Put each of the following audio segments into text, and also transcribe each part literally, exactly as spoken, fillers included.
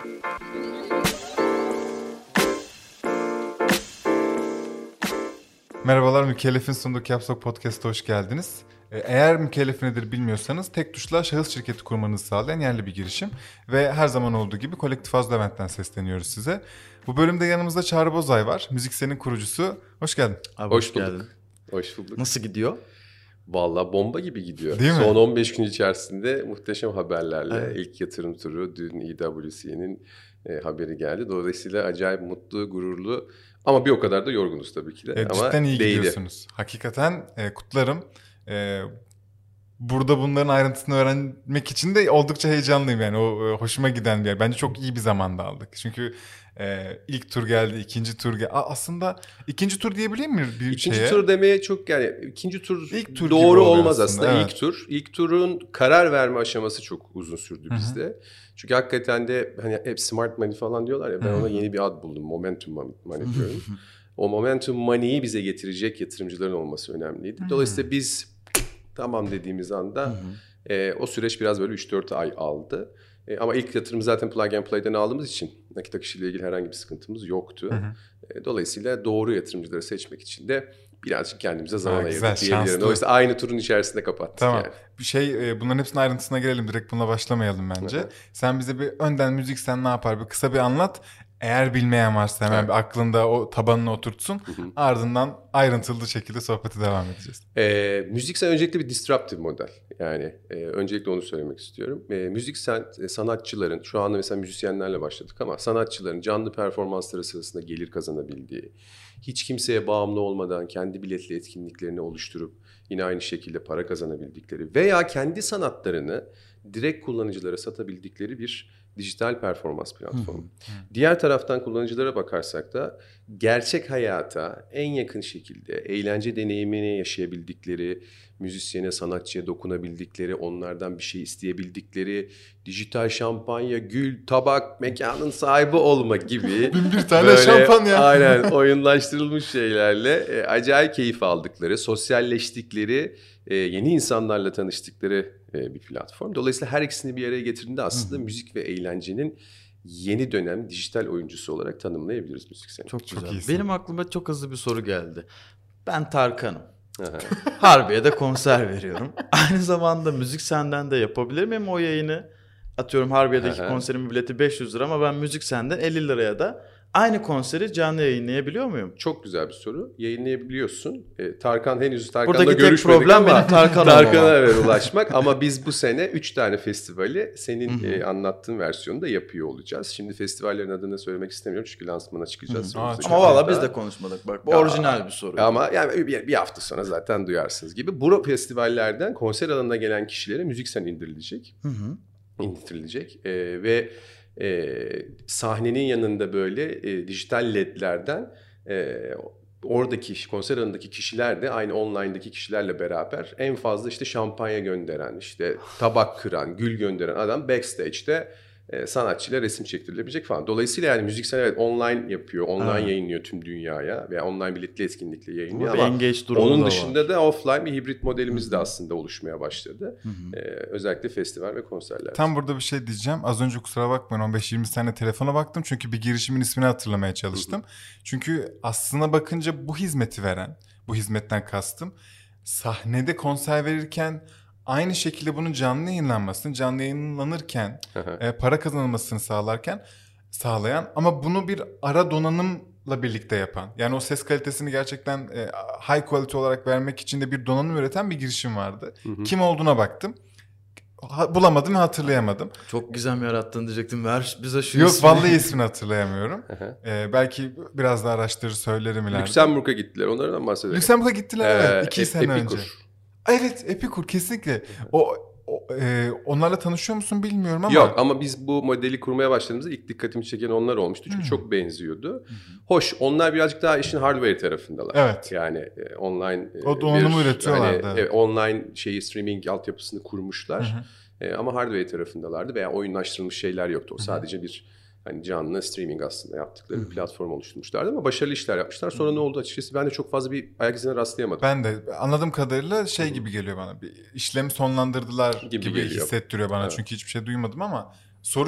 Merhabalar, Mükellef'in sunduğu Caps Lock Podcast'a hoş geldiniz. Eğer mükellef nedir bilmiyorsanız tek tuşla şahıs şirketi kurmanızı sağlayan yerli bir girişim. Ve her zaman olduğu gibi Kolektif Faz Levent'ten sesleniyoruz size. Bu bölümde yanımızda Çağrı Bozay var, Müziksen'in kurucusu. Hoş geldin. Abi hoş, hoş geldin. Bulduk. Hoş bulduk. Nasıl gidiyor? Vallahi bomba gibi gidiyor. Değil mi? Son on beş gün içerisinde muhteşem haberlerle evet. ilk yatırım turu dün E W C'nin e, haberi geldi. Dolayısıyla acayip mutlu, gururlu ama bir o kadar da yorgunuz tabii ki de. E, ama cidden iyi değdi. gidiyorsunuz. Hakikaten e, kutlarım. E, burada bunların ayrıntısını öğrenmek için de oldukça heyecanlıyım yani. O e, hoşuma giden bir yer. Bence çok iyi bir zamanda aldık. Çünkü e, ilk tur geldi, ikinci tur geldi. Aslında ikinci tur diyebilir miyim bir ikinci şeye? tur demeye çok yani ikinci tur, ilk tur doğru olmaz aslında. Evet. İlk tur. İlk turun karar verme aşaması çok uzun sürdü bizde. Hı-hı. Çünkü hakikaten de hani hep smart money falan diyorlar ya, ben Hı-hı. ona yeni bir ad buldum. Momentum money diyorum. O momentum money'i bize getirecek yatırımcıların olması önemliydi. Hı-hı. Dolayısıyla biz tamam dediğimiz anda e, o süreç biraz böyle üç dört ay aldı. E, ama ilk yatırımı zaten Plug and Play'den aldığımız için nakit akışıyla ilgili herhangi bir sıkıntımız yoktu. E, dolayısıyla doğru yatırımcıları seçmek için de birazcık kendimize zaman ha, ayırdık güzel, diyebilirim. Şanslı. Dolayısıyla aynı turun içerisinde kapattık. Tamam. Yani. Bir şey e, bunların hepsinin ayrıntısına girelim. Direkt bununla başlamayalım bence. Evet. Sen bize bir önden Müziksen ne yapar? Bir kısa bir anlat. Eğer bilmeyen varsa hemen evet. bir aklında o tabanını oturtsun. Hı hı. Ardından ayrıntılı şekilde sohbete devam edeceğiz. E, Müziksen öncelikle bir disruptive model. Yani e, öncelikle onu söylemek istiyorum. E, Müziksen e, sanatçıların, şu anda mesela müzisyenlerle başladık ama sanatçıların canlı performansları sırasında gelir kazanabildiği, hiç kimseye bağımlı olmadan kendi biletli etkinliklerini oluşturup yine aynı şekilde para kazanabildikleri veya kendi sanatlarını direkt kullanıcılara satabildikleri bir dijital performans platformu. Hı hı. Diğer taraftan kullanıcılara bakarsak da gerçek hayata en yakın şekilde eğlence deneyimini yaşayabildikleri, müzisyene, sanatçıya dokunabildikleri, onlardan bir şey isteyebildikleri, dijital şampanya, gül, tabak, mekanın sahibi olma gibi bin bir tane şampanya. Aynen oyunlaştırılmış şeylerle e, acayip keyif aldıkları, sosyalleştikleri, e, yeni insanlarla tanıştıkları e, bir platform. Dolayısıyla her ikisini bir araya getirdiğinde aslında Hı-hı. müzik ve eğlencenin yeni dönem dijital oyuncusu olarak tanımlayabiliriz Müziksen'i. Çok, çok güzel. Benim aklıma çok hızlı bir soru geldi. Ben Tarkan'ım. Harbiye'de konser veriyorum. Aynı zamanda Müziksen'den de yapabilir miyim o yayını? Atıyorum Harbiye'deki konserimin bileti beş yüz lira ama ben Müziksen'den elli liraya da aynı konseri canlı yayınlayabiliyor muyum? Çok güzel bir soru. Yayınlayabiliyorsun. Ee, Tarkan henüz Tarkan'la buradaki görüşmedik problem ama benim Tarkan Tarkan'a evet, ulaşmak. Ama biz bu sene üç tane festivali senin e, anlattığın versiyonda yapıyor olacağız. Şimdi festivallerin adını söylemek istemiyorum çünkü lansmana çıkacağız. Aa, ama valla biz de konuşmadık bak. Bu ya, orijinal bir soru. Ama yani bir, bir hafta sonra zaten duyarsınız gibi. Bu festivallerden konser alanına gelen kişilere Müziksen indirilecek. Hı hı. İndirilecek ee, ve e, sahnenin yanında böyle e, dijital ledlerden e, oradaki konser alanındaki kişiler de aynı online'daki kişilerle beraber en fazla işte şampanya gönderen, işte tabak kıran, gül gönderen adam backstage'de e, sanatçıyla resim çektirilebilecek falan. Dolayısıyla yani Müziksen evet online yapıyor, online ha. yayınlıyor tüm dünyaya veya online biletli etkinlikle yayınlıyor ama, ama onun dışında var. da offline bir hibrit modelimiz Hı-hı. de aslında oluşmaya başladı. E, özellikle festival ve konserler. Tam burada bir şey diyeceğim. Az önce kusura bakmayın on beş yirmi saniye telefona baktım çünkü bir girişimin ismini hatırlamaya çalıştım. Hı-hı. Çünkü aslına bakınca bu hizmeti veren, bu hizmetten kastım sahnede konser verirken aynı şekilde bunun canlı yayınlanmasını, canlı yayınlanırken e, para kazanılmasını sağlarken sağlayan ama bunu bir ara donanımla birlikte yapan. Yani o ses kalitesini gerçekten e, high quality olarak vermek için de bir donanım üreten bir girişim vardı. Hı hı. Kim olduğuna baktım. Ha, bulamadım ve hatırlayamadım. Çok gizem yarattın diyecektim. Ver bize şu Yok ismi. vallahi ismini hatırlayamıyorum. ee, belki biraz daha araştırır söylerim ileride. Lüksemburg'a gittiler. Onlardan bahsedelim. Lüksemburg'a gittiler ee, evet. İki e- sene Epikur. önce. Evet Epikur kesinlikle. O, o e, onlarla tanışıyor musun bilmiyorum ama. Yok ama biz bu modeli kurmaya başladığımızda ilk dikkatimi çeken onlar olmuştu. Çünkü hmm. çok benziyordu. Hmm. Hoş onlar birazcık daha işin hardware tarafındalar. Evet. Yani e, online. O donanımı üretiyorlardı. Hani, e, online şeyi streaming altyapısını kurmuşlar. Hmm. E, ama hardware tarafındalardı veya oyunlaştırılmış şeyler yoktu. O sadece hmm. bir hani canlı streaming aslında yaptıkları hmm. bir platform oluşturmuşlardı ama başarılı işler yapmışlar. Sonra hmm. ne oldu açıkçası ben de çok fazla bir ayak izine rastlayamadım. Ben de anladığım kadarıyla şey hmm. gibi geliyor bana. Bir işlemi sonlandırdılar gibi, gibi hissettiriyor bana. Evet. Çünkü hiçbir şey duymadım ama soru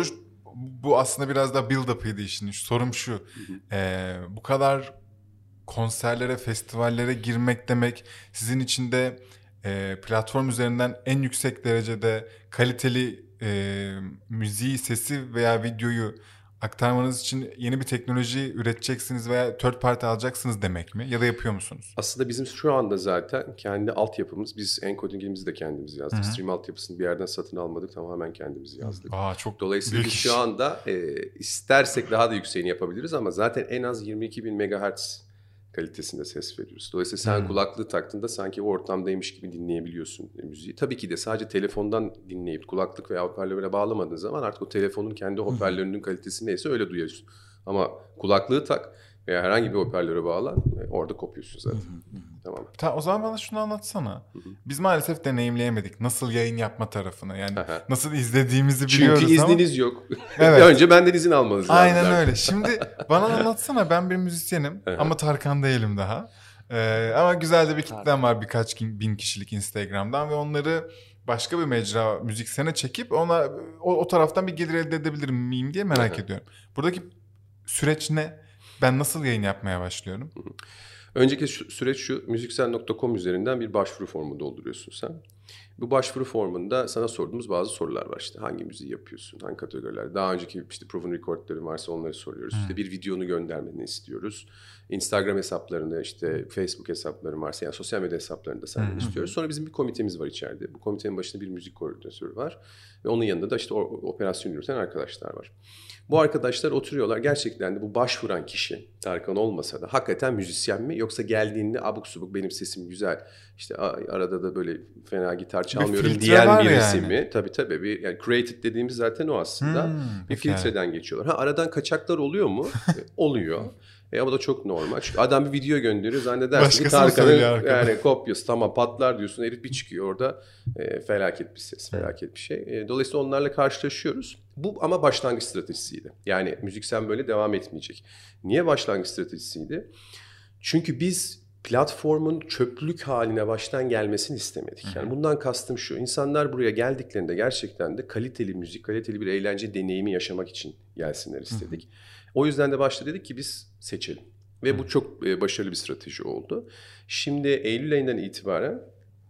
bu aslında biraz da build-up'ıydı işin. Sorum şu. Hı hı. E, bu kadar konserlere, festivallere girmek demek sizin için de e, platform üzerinden en yüksek derecede kaliteli e, müziği, sesi veya videoyu aktarmanız için yeni bir teknoloji üreteceksiniz veya third party alacaksınız demek mi? Ya da yapıyor musunuz? Aslında bizim şu anda zaten kendi altyapımız, biz encoding'imizi de kendimiz yazdık. Hı-hı. Stream altyapısını bir yerden satın almadık, tamamen kendimiz yazdık. Aa, çok Dolayısıyla biz şu anda e, istersek daha da yükseğini yapabiliriz ama zaten en az yirmi iki bin megahertz kalitesinde ses veriyoruz. Dolayısıyla sen hmm. kulaklığı taktığında sanki o ortamdaymış gibi dinleyebiliyorsun müziği. Tabii ki de sadece telefondan dinleyip kulaklık veya hoparlöre bağlamadığın zaman artık o telefonun kendi hoparlörünün hmm. kalitesi neyse öyle duyuyorsun. Ama kulaklığı tak veya herhangi bir hoparlöre bağlan, orada kopuyorsun zaten. Hmm. Tamam. Ta, o zaman bana şunu anlatsana. Hı hı. Biz maalesef deneyimleyemedik. Nasıl yayın yapma tarafını. Yani nasıl izlediğimizi biliyoruz Çünkü ama. Çünkü izniniz yok. Evet. Önce benden izin almanız lazım. Aynen zaten. Öyle. Şimdi bana anlatsana, ben bir müzisyenim ama Tarkan değilim daha. Ee, ama güzel de bir kitlem var, birkaç bin kişilik Instagram'dan ve onları başka bir mecra, müziksene çekip ona o, o taraftan bir gelir elde edebilir miyim diye merak Hı-hı. ediyorum. Buradaki süreç ne? Ben nasıl yayın yapmaya başlıyorum? Hı-hı. Önceki süreç şu, müziksel nokta com üzerinden bir başvuru formu dolduruyorsun sen. Bu başvuru formunda sana sorduğumuz bazı sorular var. İşte hangi müziği yapıyorsun, hangi kategoriler. Daha önceki işte proven recordların varsa onları soruyoruz. Hmm. İşte bir videonu göndermeni istiyoruz. Instagram hesaplarını, işte Facebook hesapların varsa, yani sosyal medya hesaplarını da senden hmm. istiyoruz. Sonra bizim bir komitemiz var içeride. Bu komitenin başında bir müzik koordinatörü var. Ve onun yanında da işte operasyon yürüten arkadaşlar var. Bu arkadaşlar oturuyorlar. Gerçekten de bu başvuran kişi, Tarkan olmasa da hakikaten müzisyen mi? Yoksa geldiğinde abuk subuk benim sesim güzel, İşte arada da böyle fena gitar çalmıyorum bir diyen birisi yani. mi? Tabii tabii. Bir, yani created dediğimiz zaten o aslında. Hmm, bir okay. filtreden geçiyorlar. Ha, aradan kaçaklar oluyor mu? Oluyor. E ama da çok normal. Çünkü adam bir video gönderiyor. Zannedersin ki Tarkan'ın yani kopyası. Tamam patlar diyorsun. Herif bir çıkıyor orada. E, felaket bir ses. Felaket bir şey. E, dolayısıyla onlarla karşılaşıyoruz. Bu ama başlangıç stratejisiydi. Yani müziksel böyle devam etmeyecek. Niye başlangıç stratejisiydi? Çünkü biz platformun çöplük haline baştan gelmesini istemedik. Yani bundan kastım şu. İnsanlar buraya geldiklerinde gerçekten de kaliteli müzik, kaliteli bir eğlence deneyimi yaşamak için gelsinler istedik. O yüzden de başta dedik ki biz seçelim. Ve bu çok başarılı bir strateji oldu. Şimdi Eylül ayından itibaren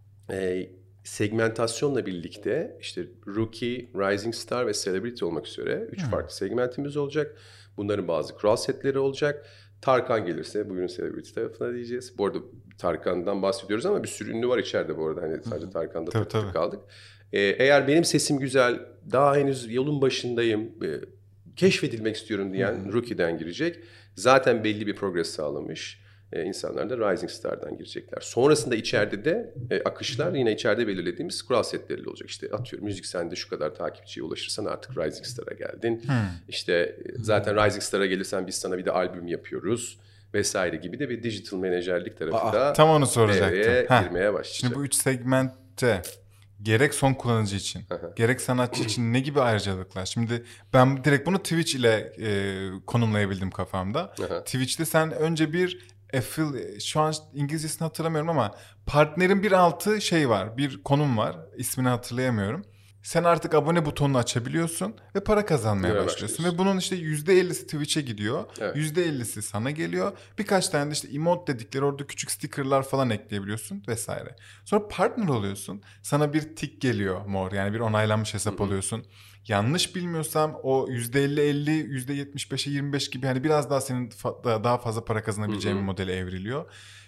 e, segmentasyonla birlikte işte Rookie, Rising Star ve Celebrity olmak üzere üç hmm. farklı segmentimiz olacak. Bunların bazı kural setleri olacak. Tarkan gelirse bugün Celebrity tarafına diyeceğiz. Bu arada Tarkan'dan bahsediyoruz ama bir sürü ünlü var içeride bu arada. Hani sadece Tarkan'da tabii, tabii. kaldık. Ee, eğer benim sesim güzel, daha henüz yolun başındayım, e, keşfedilmek istiyorum diyen hmm. Rookie'den girecek. Zaten belli bir progress sağlamış. Ee, insanlar da Rising Star'dan girecekler. Sonrasında içeride de e, akışlar yine içeride belirlediğimiz kural setleriyle olacak. İşte atıyorum müzik sende şu kadar takipçiye ulaşırsan artık Rising Star'a geldin. Hmm. İşte e, zaten Rising Star'a gelirsen biz sana bir de albüm yapıyoruz vesaire gibi de bir digital menajerlik tarafı Aa, da tam onu soracaktım. girmeye başlayacak. Şimdi bu üç segmentte gerek son kullanıcı için, gerek sanatçı için ne gibi ayrıcalıklar? Şimdi ben direkt bunu Twitch ile e, konumlayabildim kafamda. Twitch'te sen önce bir Affiliate, şu an İngilizcesini hatırlamıyorum ama partnerin bir altı şey var, bir konum var, ismini hatırlayamıyorum. Sen artık abone butonunu açabiliyorsun ve para kazanmaya Böyle başlıyorsun. Ve bunun işte yüzde ellisi Twitch'e gidiyor, evet. yüzde ellisi sana geliyor. Birkaç tane de işte emote dedikleri orada küçük stickerlar falan ekleyebiliyorsun vesaire. Sonra partner oluyorsun, sana bir tik geliyor mor, yani bir onaylanmış hesap Hı-hı. oluyorsun. Yanlış bilmiyorsam o yüzde elli elli, yüzde yetmiş beşe yirmi beş gibi hani biraz daha senin fa- daha fazla para kazanabileceğin bir modele evriliyor.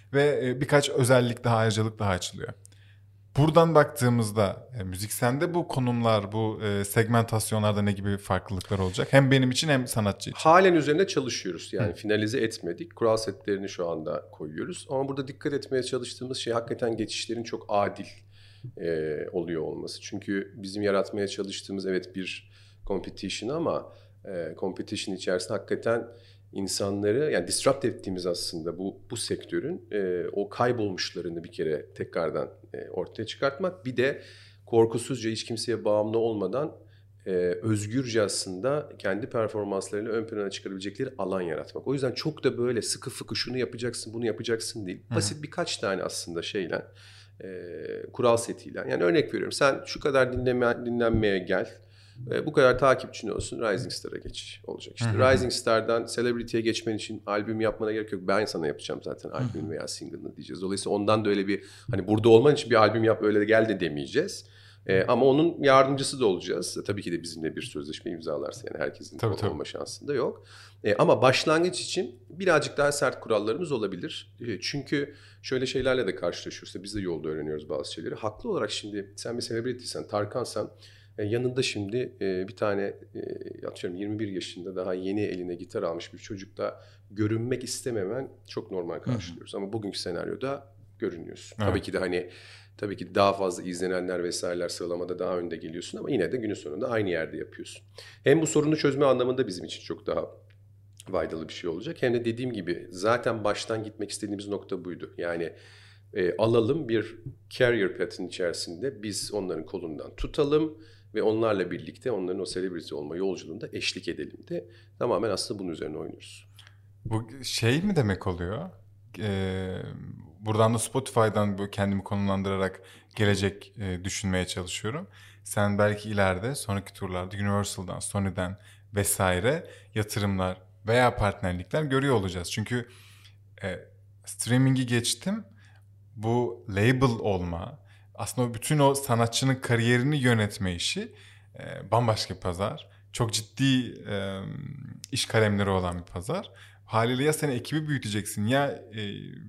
Ve birkaç özellik daha, ayrıcalık daha açılıyor. Buradan baktığımızda e, müziksende bu konumlar, bu e, segmentasyonlarda ne gibi farklılıklar olacak? Hem benim için hem sanatçı için. Halen üzerinde çalışıyoruz. Yani Hı. finalize etmedik. Kural setlerini şu anda koyuyoruz. Ama burada dikkat etmeye çalıştığımız şey hakikaten geçişlerin çok adil e, oluyor olması. Çünkü bizim yaratmaya çalıştığımız evet bir competition ama e, competition içerisinde hakikaten insanları, yani disrupt ettiğimiz aslında bu bu sektörün e, o kaybolmuşlarını bir kere tekrardan e, ortaya çıkartmak. Bir de korkusuzca, hiç kimseye bağımlı olmadan e, özgürce aslında kendi performanslarını ön plana çıkarabilecekleri alan yaratmak. O yüzden çok da böyle sıkı fıkı şunu yapacaksın, bunu yapacaksın değil. Hı-hı. Basit birkaç tane aslında şeyle, e, kural setiyle. Yani örnek veriyorum, sen şu kadar dinleme, dinlenmeye gel. E, bu kadar takipçin olsun, Rising Star'a geç olacak. İşte Rising Star'dan Celebrity'ye geçmen için albüm yapmana gerek yok. Ben sana yapacağım zaten albüm veya single'ını diyeceğiz. Dolayısıyla ondan da öyle bir hani burada olman için bir albüm yap öyle de gel de demeyeceğiz. E, ama onun yardımcısı da olacağız. E, tabii ki de bizimle bir sözleşme imzalarsa yani herkesin tabii, tabii. olma şansında yok. E, ama başlangıç için birazcık daha sert kurallarımız olabilir. E, çünkü şöyle şeylerle de karşılaşıyoruz. Biz de yolda öğreniyoruz bazı şeyleri. Haklı olarak şimdi sen bir celebritysen, Tarkansan e, yanında şimdi e, bir tane e, atıyorum yirmi bir yaşında daha yeni eline gitar almış bir çocukla görünmek istememen çok normal karşılıyoruz. Hı. Ama bugünkü senaryoda görünüyorsun. Evet. Tabii ki de hani Tabii ki daha fazla izlenenler vesaireler sıralamada daha önde geliyorsun ama yine de günün sonunda aynı yerde yapıyorsun. Hem bu sorunu çözme anlamında bizim için çok daha faydalı bir şey olacak. Hem de dediğim gibi zaten baştan gitmek istediğimiz nokta buydu. Yani e, alalım bir career path'in içerisinde biz onların kolundan tutalım ve onlarla birlikte onların o celebrity olma yolculuğunda eşlik edelim de tamamen aslında bunun üzerine oynuyoruz. Bu şey mi demek oluyor? Ee, buradan da Spotify'dan böyle kendimi konumlandırarak gelecek e, düşünmeye çalışıyorum. Sen belki ileride sonraki turlarda Universal'dan, Sony'den vesaire yatırımlar veya partnerlikler görüyor olacağız. Çünkü e, streaming'i geçtim. Bu label olma, aslında bütün o sanatçının kariyerini yönetme işi e, bambaşka bir pazar. Çok ciddi e, iş kalemleri olan bir pazar. Haliyle ya sen ekibi büyüteceksin ya e,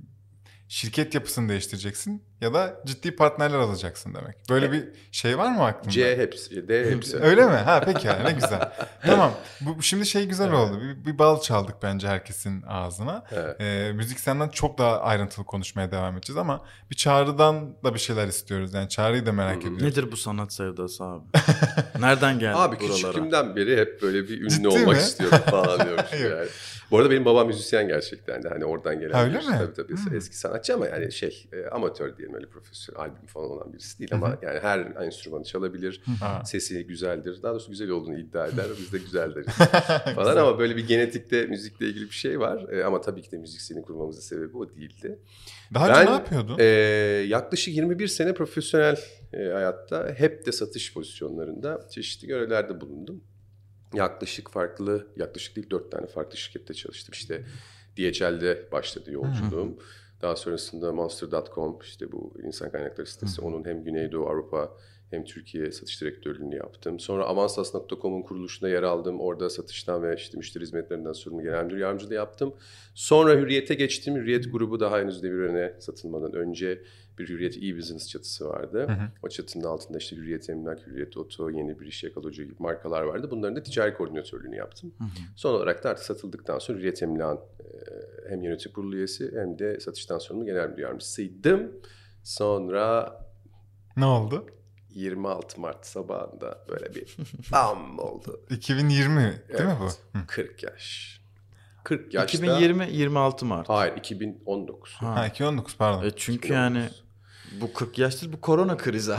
şirket yapısını değiştireceksin ya da ciddi partnerler alacaksın demek. Böyle bir şey var mı aklında? C hepsi, D hepsi. Öyle mi? Ha peki yani ne güzel. Tamam. Bu şimdi şey güzel evet. oldu. Bir, bir bal çaldık bence herkesin ağzına. Evet. E, müzik senden çok daha ayrıntılı konuşmaya devam edeceğiz ama bir Çağrı'dan da bir şeyler istiyoruz. Yani Çağrı'yı da merak ediyoruz. Nedir bu sanat sevdası abi? Nereden geldi abi, buralara? Abi küçüklüğümden beri hep böyle bir ünlü Ciddi olmak mi? istiyorum falan diyormuş yani. Bu arada benim babam müzisyen gerçekten de hani oradan gelen öyle birisi. mi? Tabii tabii hmm. eski sanatçı ama yani şey e, amatör diyelim öyle profesyonel albüm falan olan birisi değil ama yani her enstrümanı çalabilir. Hı. Sesi güzeldir. Daha doğrusu güzel olduğunu iddia eder. Biz de güzel deriz falan ama böyle bir genetikte müzikle ilgili bir şey var. E, ama tabii ki de müzik senin kurmamızın sebebi o değildi. Daha önce ben, ne yapıyordun? E, yaklaşık yirmi bir sene profesyonel e, hayatta hep de satış pozisyonlarında çeşitli görevlerde bulundum. Yaklaşık farklı, yaklaşık değil dört tane farklı şirkette çalıştım. İşte D H L'de başladı yolculuğum. Hı-hı. Daha sonrasında Monster nokta com işte bu insan kaynakları sitesi. Hı-hı. Onun hem Güneydoğu Avrupa hem Türkiye satış direktörlüğünü yaptım. Sonra Avansas nokta com'un kuruluşunda yer aldım. Orada satıştan ve işte müşteri hizmetlerinden sorumlu genel müdür yardımcılığı yaptım. Sonra Hürriyet'e geçtim. Hürriyet grubu daha henüz devirene satılmadan önce bir Hürriyet e-business çatısı vardı. Hı hı. O çatının altında işte Hürriyet Emlak, Hürriyet Oto, Yeni Bir İş, Yakaloca gibi markalar vardı. Bunların da ticari koordinatörlüğünü yaptım. Hı hı. Son olarak da artık satıldıktan sonra Hürriyet Emlak'ın hem yönetim kurulu üyesi hem de satıştan sorumlu genel müdür yardımcısıydım. Sonra... Ne oldu? yirmi altı Mart sabahında böyle bir bam oldu. iki bin yirmi değil evet, mi bu? kırk yaş. kırk yaşta. iki bin yirmi yirmi altı Mart. Hayır iki bin on dokuz. Ha, ha iki bin on dokuz pardon. E çünkü iki bin on dokuz. Yani bu kırk yaştır bu korona krizi abi.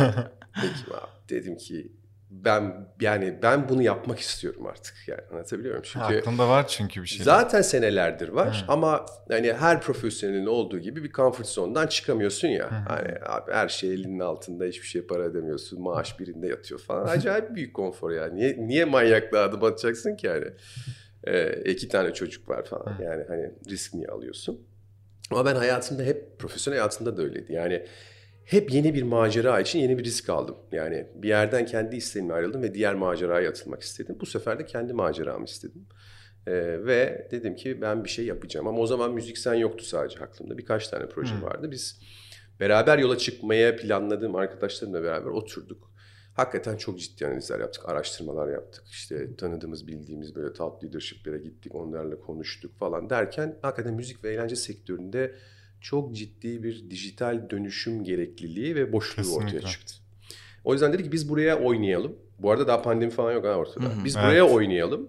Peki abi dedim ki ben yani ben bunu yapmak istiyorum artık yani anlatabiliyor muyum? Çünkü aklımda var çünkü bir şey. Zaten senelerdir var hmm. ama hani her profesyonelin olduğu gibi bir comfort zone'dan çıkamıyorsun ya. Hmm. Hani abi her şey elinin altında hiçbir şey para ödemiyorsun. Maaş birinde yatıyor falan. Acayip büyük konfor ya. Niye niye manyaklığa adım atacaksın ki yani? Ee, iki tane çocuk var falan. Hmm. Yani hani risk niye alıyorsun? Ama ben hayatımda hep profesyonel hayatımda da öyleydi. Yani hep yeni bir macera için yeni bir risk aldım. Yani bir yerden kendi isteğimle ayrıldım ve diğer maceraya atılmak istedim. Bu sefer de kendi maceramı istedim. Ee, ve dedim ki ben bir şey yapacağım. Ama o zaman Müziksen yoktu sadece aklımda. Birkaç tane proje hmm. vardı. Biz beraber yola çıkmaya planladığım arkadaşlarımla beraber oturduk. Hakikaten çok ciddi analizler yaptık, araştırmalar yaptık. İşte tanıdığımız, bildiğimiz böyle top leadership'lere gittik, onlarla konuştuk falan derken hakikaten müzik ve eğlence sektöründe çok ciddi bir dijital dönüşüm gerekliliği ve boşluğu Kesinlikle. ortaya çıktı. O yüzden dedik ki biz buraya oynayalım. Bu arada daha pandemi falan yok ha ortada. Hı-hı, biz evet. buraya oynayalım.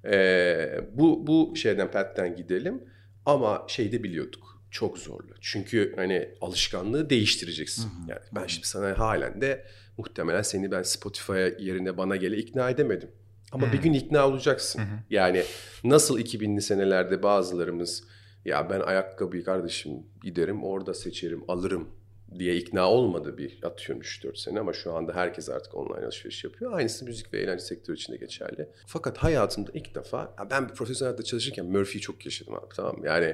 Ee, bu bu şeyden path'ten gidelim. Ama şey de biliyorduk. Çok zorlu. Çünkü hani alışkanlığı değiştireceksin. Hı-hı. Yani ben şimdi sana halen de muhtemelen seni ben Spotify'a yerine bana gele ikna edemedim. Ama Hı-hı. bir gün ikna olacaksın. Hı-hı. Yani nasıl iki binli senelerde bazılarımız ya ben ayakkabıyı kardeşim giderim orada seçerim alırım diye ikna olmadı bir atıyorum üç dört sene ama şu anda herkes artık online alışveriş yapıyor. Aynısı müzik ve eğlence sektörü için de geçerli. Fakat hayatımda ilk defa ben bir profesyonel hayatta çalışırken Murphy'yi çok yaşadım abi, tamam mı? Yani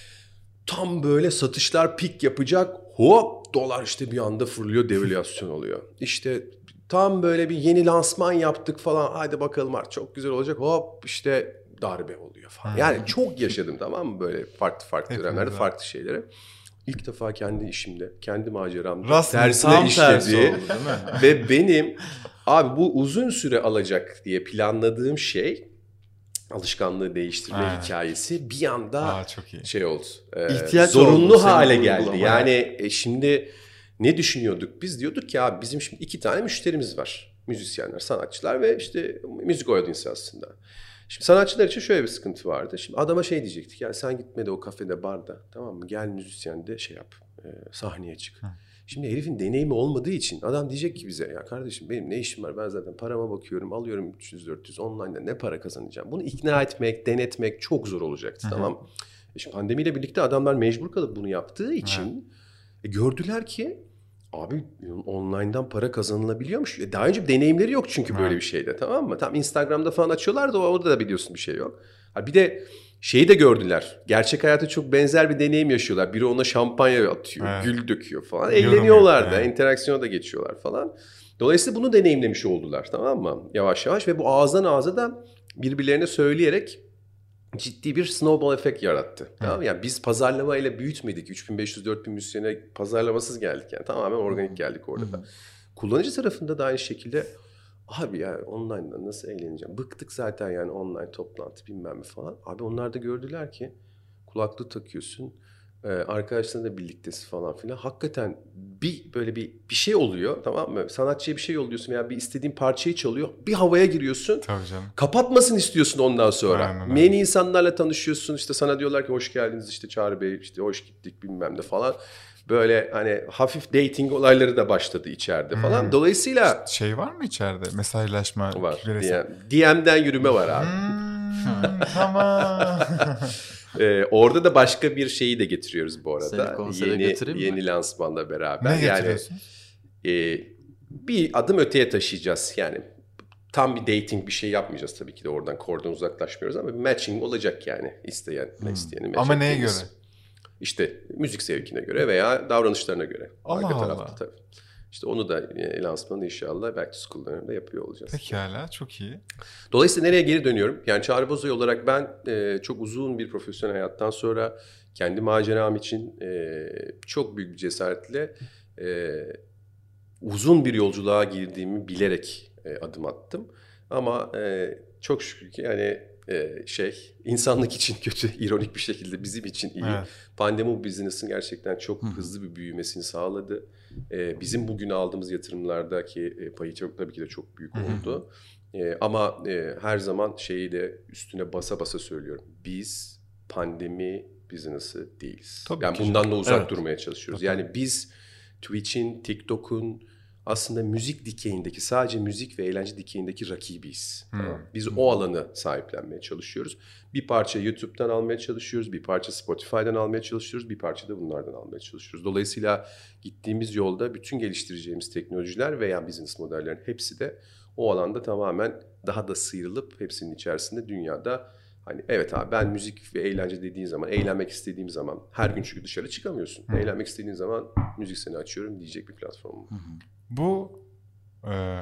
tam böyle satışlar pik yapacak, hop dolar işte bir anda fırlıyor, devalüasyon oluyor. İşte tam böyle bir yeni lansman yaptık falan, hadi bakalım artık çok güzel olacak, hop işte darbe oluyor falan. Yani çok yaşadım, tamam mı, böyle farklı farklı dönemlerde farklı şeyleri. İlk defa kendi işimde, kendi maceramda Rasmi, tersine işledi. oldu, değil mi? Ve benim abi bu uzun süre alacak diye planladığım şey, alışkanlığı değiştirme Ha. hikayesi bir anda Aa, çok iyi. şey oldu. E, İhtiyaç zorunlu oldu senin hale geldi. uygulamaya. Yani e, şimdi ne düşünüyorduk? Biz diyorduk ki abi bizim şimdi iki tane müşterimiz var. Müzisyenler, sanatçılar ve işte müzik audience aslında. Şimdi sanatçılar için şöyle bir sıkıntı vardı. Şimdi adama şey diyecektik. Yani sen gitme de o kafede, barda, tamam mı? Gel müzisyen de şey yap. E, sahneye çık. Hı. Şimdi herifin deneyimi olmadığı için adam diyecek ki bize, ya kardeşim benim ne işim var? Ben zaten parama bakıyorum. Alıyorum üç yüz dört yüz online'da ne para kazanacağım? Bunu ikna etmek, denetmek çok zor olacaktı. Hı-hı. Tamam. E şimdi pandemiyle birlikte adamlar mecbur kalıp bunu yaptığı için e, gördüler ki abi online'dan para kazanılabiliyormuş. E daha önce deneyimleri yok çünkü böyle Hı. bir şeyde, tamam mı? Tam Instagram'da falan açıyorlar da orada da biliyorsun bir şey yok. Ha bir de şeyi de gördüler. Gerçek hayata çok benzer bir deneyim yaşıyorlar. Biri ona şampanya atıyor, evet. gül döküyor falan. Eğleniyorlar da, evet. interaksiyona da geçiyorlar falan. Dolayısıyla bunu deneyimlemiş oldular, tamam mı? Yavaş yavaş ve bu ağızdan ağza da birbirlerine söyleyerek ciddi bir snowball efekt yarattı. Hı. Tamam mı? Yani biz pazarlamayla büyütmedik. üç bin beş yüz dört bin müzisyene pazarlamasız geldik yani. Tamamen organik geldik orada da. Kullanıcı tarafında da aynı şekilde abi ya online'da nasıl eğleneceğim? Bıktık zaten yani online toplantı bilmem mi falan. Abi onlar da gördüler ki kulaklığı takıyorsun. Ee, arkadaşlarınla birliktesi falan filan. Hakikaten bir böyle bir bir şey oluyor, tamam mı? Sanatçıya bir şey yolluyorsun veya bir istediğin parçayı çalıyor. Bir havaya giriyorsun. Tabii canım. Kapatmasın istiyorsun ondan sonra. Aynen, yeni insanlarla tanışıyorsun. İşte sana diyorlar ki hoş geldiniz işte Çağrı Bey, işte hoş gittik bilmem ne falan. Böyle hani hafif dating olayları da başladı içeride falan. Hmm. Dolayısıyla şey var mı içeride? Mesajlaşma var. D M'den yürüme var abi. Hmm, tamam. Ee, orada da başka bir şeyi de getiriyoruz bu arada. Yeni yeni mi? lansmanla beraber. Ne yani e, bir adım öteye taşıyacağız. Yani tam bir dating bir şey yapmayacağız tabii ki de, oradan kordan uzaklaşmıyoruz ama bir matching olacak yani isteyen hmm. isteyeni match ama neye göre? İşte müzik zevkine göre veya davranışlarına göre. Allah Arka Allah. tarafta tabii. İşte onu da e, lansmanı inşallah Back to School döneminde yapıyor olacağız. Pekala, çok iyi. Dolayısıyla nereye geri dönüyorum? Yani Çağrı Bozoy olarak ben e, çok uzun bir profesyonel hayattan sonra kendi maceram için e, çok büyük bir cesaretle e, uzun bir yolculuğa girdiğimi bilerek e, adım attım. Ama e, çok şükür ki yani e, şey insanlık için kötü, ironik bir şekilde bizim için iyi. Evet. Pandemi bu business'ın gerçekten çok Hı. hızlı bir büyümesini sağladı. E, bizim bugün aldığımız yatırımlardaki e, payı çok tabii ki de çok büyük Hı. oldu. E, ama e, her zaman şeyi de üstüne basa basa söylüyorum. Biz pandemi business'ı değiliz. Tabii yani bundan da uzak evet. durmaya çalışıyoruz. Tabii. Yani biz Twitch'in, TikTok'un aslında müzik dikeyindeki, sadece müzik ve eğlence dikeyindeki rakibiyiz. Hmm. Tamam. Biz hmm. o alanı sahiplenmeye çalışıyoruz. Bir parça YouTube'dan almaya çalışıyoruz, bir parça Spotify'dan almaya çalışıyoruz, bir parça da bunlardan almaya çalışıyoruz. Dolayısıyla gittiğimiz yolda bütün geliştireceğimiz teknolojiler veya business modellerin hepsi de o alanda tamamen daha da sıyrılıp hepsinin içerisinde dünyada hani evet abi ben müzik ve eğlence dediğin zaman, eğlenmek istediğim zaman her gün çünkü dışarı çıkamıyorsun. Hmm. Eğlenmek istediğin zaman müzik seni açıyorum diyecek bir platform. Hmm. Bu e,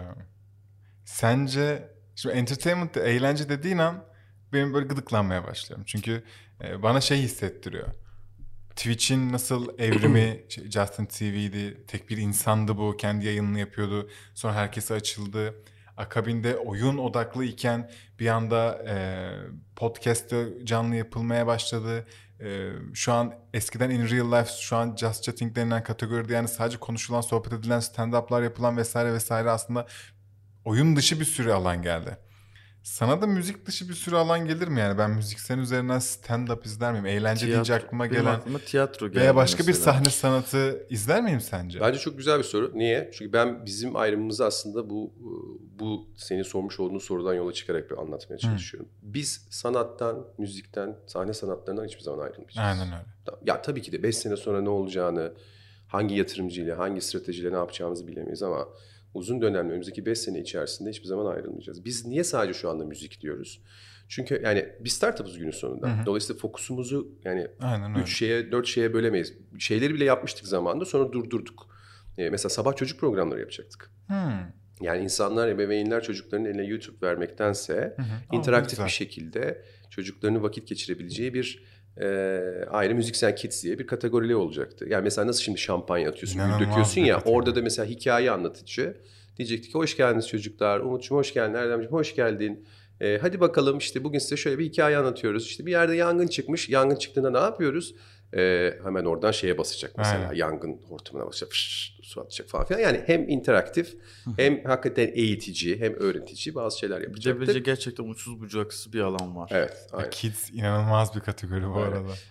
sence şimdi entertainment, eğlence dediğin an benim böyle gıdıklanmaya başlıyorum. Çünkü e, bana şey hissettiriyor. Twitch'in nasıl evrimi, Justin T V'di, tek bir insandı bu, kendi yayınını yapıyordu. Sonra herkese açıldı. Akabinde oyun odaklı iken bir anda e, podcast'te canlı yapılmaya başladı. E, şu an eskiden in real life, şu an just chatting denilen kategoride yani sadece konuşulan, sohbet edilen, stand-up'lar yapılan vesaire vesaire aslında oyun dışı bir sürü alan geldi. Sana da müzik dışı bir sürü alan gelir mi yani? Ben müziksen üzerinden stand-up izler miyim? Eğlence tiyatro, deyince aklıma gelen aklıma tiyatro geldi veya başka mesela. Bir sahne sanatı izler miyim sence? Bence çok güzel bir soru. Niye? Çünkü ben bizim ayrımımızı aslında bu bu senin sormuş olduğun sorudan yola çıkarak bir anlatmaya çalışıyorum. Hı. Biz sanattan, müzikten, sahne sanatlarından hiçbir zaman ayrılmayacağız. Aynen öyle. Ya tabii ki de beş sene sonra ne olacağını, hangi yatırımcıyla, hangi stratejiyle ne yapacağımızı bilemeyiz ama uzun dönemde önümüzdeki beş sene içerisinde hiçbir zaman ayrılmayacağız. Biz niye sadece şu anda müzik diyoruz? Çünkü yani bir startup'ız günün sonunda. Hı hı. Dolayısıyla fokusumuzu yani üç şeye, dört şeye bölemeyiz. Şeyleri bile yapmıştık zamanında, sonra durdurduk. Ee, mesela sabah çocuk programları yapacaktık. Hmm. Yani insanlar, ebeveynler çocuklarının eline YouTube vermektense hı hı. interaktif Aa, bir şekilde çocuklarını vakit geçirebileceği bir e, ayrı Müziksen Kids diye bir kategorili olacaktı. Yani mesela nasıl şimdi şampanya atıyorsun, gül döküyorsun ya, kategori. Orada da mesela hikaye anlatıcı diyecekti ki hoş geldiniz çocuklar, Umut'cum hoş geldin, Erdem'cim hoş geldin. Ee, hadi bakalım işte bugün size şöyle bir hikaye anlatıyoruz. İşte bir yerde yangın çıkmış. Yangın çıktığında ne yapıyoruz? Ee, hemen oradan şeye basacak mesela. Aynen. Yangın hortumuna basacak. Fış, su atacak falan filan. Yani hem interaktif hem hakikaten eğitici hem öğretici bazı şeyler yapacaktır. Cebece gerçekten uçsuz bucaksız bir alan var. Evet. Aynen. Kids inanılmaz bir kategori bu aynen. arada.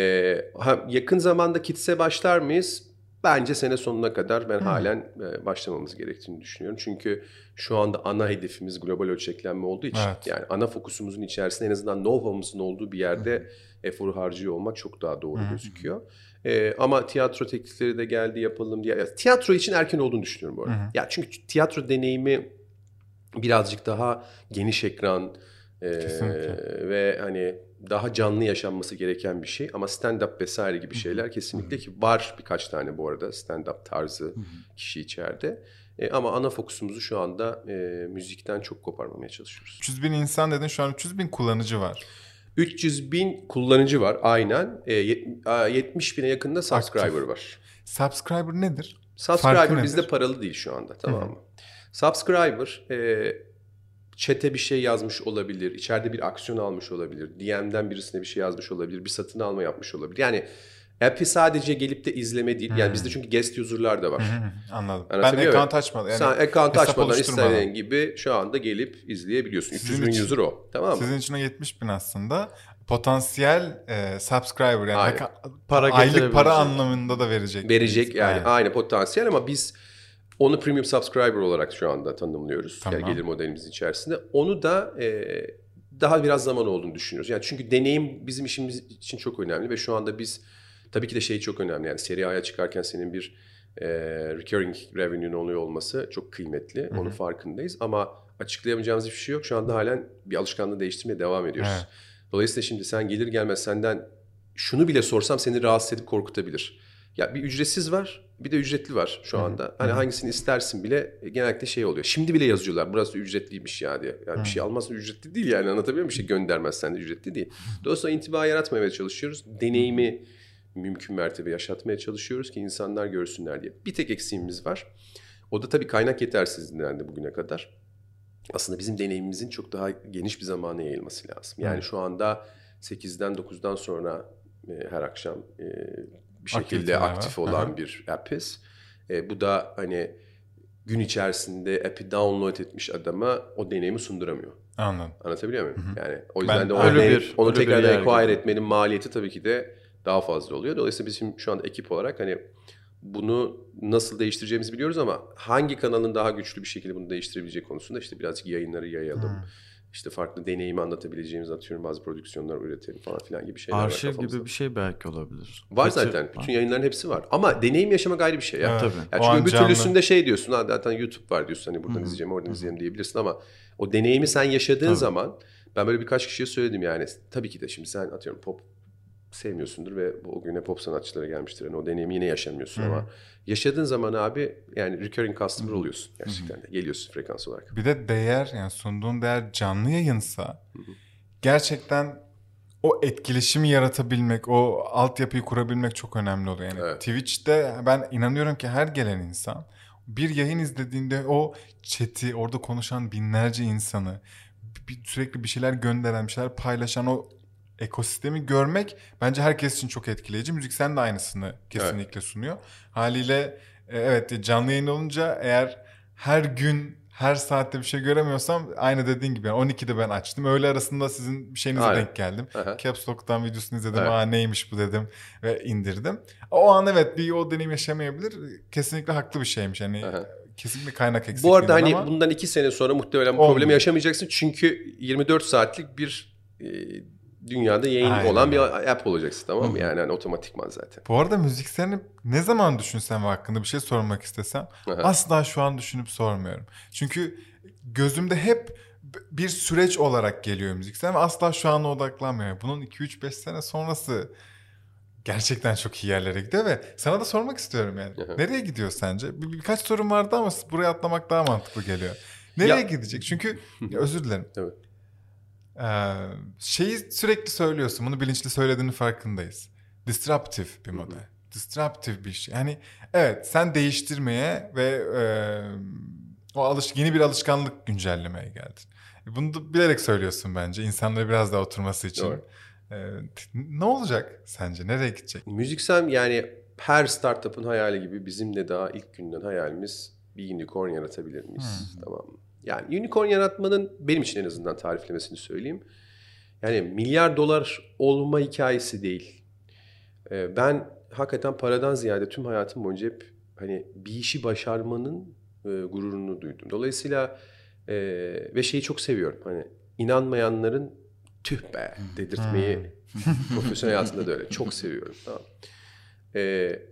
Ee, yakın zamanda Kids'e başlar mıyız? Bence sene sonuna kadar ben hmm. halen başlamamız gerektiğini düşünüyorum. Çünkü şu anda ana hedefimiz global ölçeklenme olduğu için evet. yani ana fokusumuzun içerisinde en azından know-how'umuzun olduğu bir yerde hmm. eforu harcıyor olmak çok daha doğru hmm. gözüküyor. Ee, ama tiyatro teklifleri de geldi yapalım diye. Yani, tiyatro için erken olduğunu düşünüyorum bu arada. Hmm. Ya çünkü tiyatro deneyimi birazcık daha geniş ekran e, ve hani daha canlı yaşanması gereken bir şey ama stand-up vesaire gibi şeyler kesinlikle ki var birkaç tane bu arada stand-up tarzı kişi içeride. E, ama ana fokusumuzu şu anda e, müzikten çok koparmamaya çalışıyoruz. üç yüz bin insan dedin, şu an üç yüz bin kullanıcı var. üç yüz bin kullanıcı var aynen. E, yetmiş bine yakında subscriber Aktif. var. Subscriber nedir? Subscriber bizde paralı değil şu anda, tamam mı? Subscriber e, chat'e bir şey yazmış olabilir, içeride bir aksiyon almış olabilir, D M'den birisine bir şey yazmış olabilir, bir satın alma yapmış olabilir. Yani app'i sadece gelip de izleme değil. Hmm. Yani bizde çünkü guest user'lar da var. Hmm, anladım. Ben account açmadım. Yani sen account açmadan istediğin gibi şu anda gelip izleyebiliyorsun. Sizin üç yüz bin için, user o. Tamam mı? Sizin için o yetmiş bin aslında potansiyel e, subscriber yani aynen. para aylık para anlamında da verecek. Verecek yani aynen. aynı potansiyel ama biz onu premium subscriber olarak şu anda tanımlıyoruz. Tamam. Yani gelir modelimizin içerisinde. Onu da e, daha biraz zaman olduğunu düşünüyoruz. Yani çünkü deneyim bizim işimiz için çok önemli ve şu anda biz tabii ki de şey çok önemli. Yani seri A'ya çıkarken senin bir e, recurring revenue'nin oluyor olması çok kıymetli. Hı-hı. Onun farkındayız ama açıklayamayacağımız hiçbir şey yok. Şu anda halen bir alışkanlığı değiştirmeye devam ediyoruz. Evet. Dolayısıyla şimdi sen gelir gelmez senden şunu bile sorsam seni rahatsız edip korkutabilir. Ya bir ücretsiz var, bir de ücretli var şu anda. Hı-hı. Hani hangisini istersin bile genellikle şey oluyor. Şimdi bile yazıyorlar burası ücretliymiş ya diye. Yani Hı-hı. bir şey almazsan ücretli değil yani, anlatabiliyor muyum? Bir şey göndermezsen de ücretli değil. Dolayısıyla intiba yaratmamaya çalışıyoruz. Deneyimi mümkün mertebe yaşatmaya çalışıyoruz ki insanlar görsünler diye. Bir tek eksiğimiz var. O da tabii kaynak yetersizliğinden de bugüne kadar. Aslında bizim deneyimimizin çok daha geniş bir zamana yayılması lazım. Yani Hı-hı. şu anda sekizden dokuzdan sonra e, her akşam e, bir şekilde aktif var. olan Aha. bir app'iz. E, bu da hani gün içerisinde app'i download etmiş adama o deneyimi sunduramıyor. Anladım. Anlatabiliyor muyum? Hı-hı. Yani o yüzden ben de onu, bir, onu tekrar acquire etmenin maliyeti tabii ki de daha fazla oluyor. Dolayısıyla bizim şu anda ekip olarak hani bunu nasıl değiştireceğimizi biliyoruz ama hangi kanalın daha güçlü bir şekilde bunu değiştirebileceği konusunda işte birazcık yayınları yayalım. Hmm. İşte farklı deneyimi anlatabileceğimiz, atıyorum bazı prodüksiyonlar üretelim falan filan gibi şeyler Arşiv var kafamızda. Gibi bir şey belki olabilir. Var Peki, zaten. Var. Bütün yayınların hepsi var. Ama deneyim yaşamak ayrı bir şey ya. Evet, tabii. Yani çünkü bir türlüsünde şey diyorsun. Ha, zaten YouTube var diyorsun. Hani buradan hmm. izleyeceğim, oradan hmm. izleyeceğim diyebilirsin ama o deneyimi sen yaşadığın tabii. zaman ben böyle birkaç kişiye söyledim yani. Tabii ki de şimdi sen atıyorum pop sevmiyorsundur ve o güne pop sanatçıları gelmiştir. Yani o deneyimi yine yaşamıyorsun hmm. ama yaşadığın zaman abi yani recurring customer hmm. oluyorsun gerçekten de. Geliyorsun frekans olarak. Bir de değer, yani sunduğun değer canlı yayınsa hmm. gerçekten o etkileşimi yaratabilmek, o altyapıyı kurabilmek çok önemli oluyor. Yani evet. Twitch'te ben inanıyorum ki her gelen insan bir yayın izlediğinde o chat'i, orada konuşan binlerce insanı, sürekli bir şeyler gönderen, bir şeyler paylaşan o ekosistemi görmek bence herkes için çok etkileyici. Müziksen de aynısını kesinlikle evet. sunuyor. Haliyle evet, canlı yayın olunca eğer her gün her saatte bir şey göremiyorsam aynı dediğin gibi yani on ikide ben açtım. Öğle arasında sizin bir şeyinize Aynen. denk geldim. Aha. Caps Lock'tan videosunu izledim. Evet. Aa neymiş bu dedim ve indirdim. O an evet bir o deneyim yaşamayabilir. Kesinlikle haklı bir şeymiş. Yani Aha. kesinlikle kaynak eksikliğinden. Bu arada hani ama bundan iki sene sonra muhtemelen bu problemi yaşamayacaksın. Çünkü yirmi dört saatlik bir e, dünyada yayın Aynen. olan bir app olacaksın, tamam mı? Yani hani otomatikman zaten. Bu arada müziklerini ne zaman düşünsem ve hakkında bir şey sormak istesem Aha. asla şu an düşünüp sormuyorum. Çünkü gözümde hep bir süreç olarak geliyor müzikler ve asla şu ana odaklanmıyorum. Bunun iki üç beş sene sonrası gerçekten çok iyi yerlere gidiyor ve sana da sormak istiyorum yani. Aha. Nereye gidiyor sence? Bir, birkaç sorum vardı ama buraya atlamak daha mantıklı geliyor. Nereye Ya... gidecek? Çünkü özür dilerim. Evet. Ee, şeyi sürekli söylüyorsun. Bunu bilinçli söylediğinin farkındayız. Disruptive bir model. Hı-hı. Disruptive bir şey. Yani evet, sen değiştirmeye ve e, o alış yeni bir alışkanlık güncellemeye geldin. Bunu da bilerek söylüyorsun bence. İnsanlara biraz daha oturması için. Doğru. Ee, ne olacak sence? Nereye gidecek? Müziksel yani her startup'ın hayali gibi bizim de daha ilk günden hayalimiz bir unicorn yaratabilir miyiz? Hmm. Tamam mı? Yani unicorn yaratmanın benim için en azından tariflemesini söyleyeyim. Yani milyar dolar olma hikayesi değil. Ee, ben hakikaten paradan ziyade tüm hayatım boyunca hep hani bir işi başarmanın e, gururunu duydum. Dolayısıyla e, ve şeyi çok seviyorum. Hani inanmayanların tüh be dedirtmeyi profesyonel hayatında da öyle. Çok seviyorum. Tamam. Ee,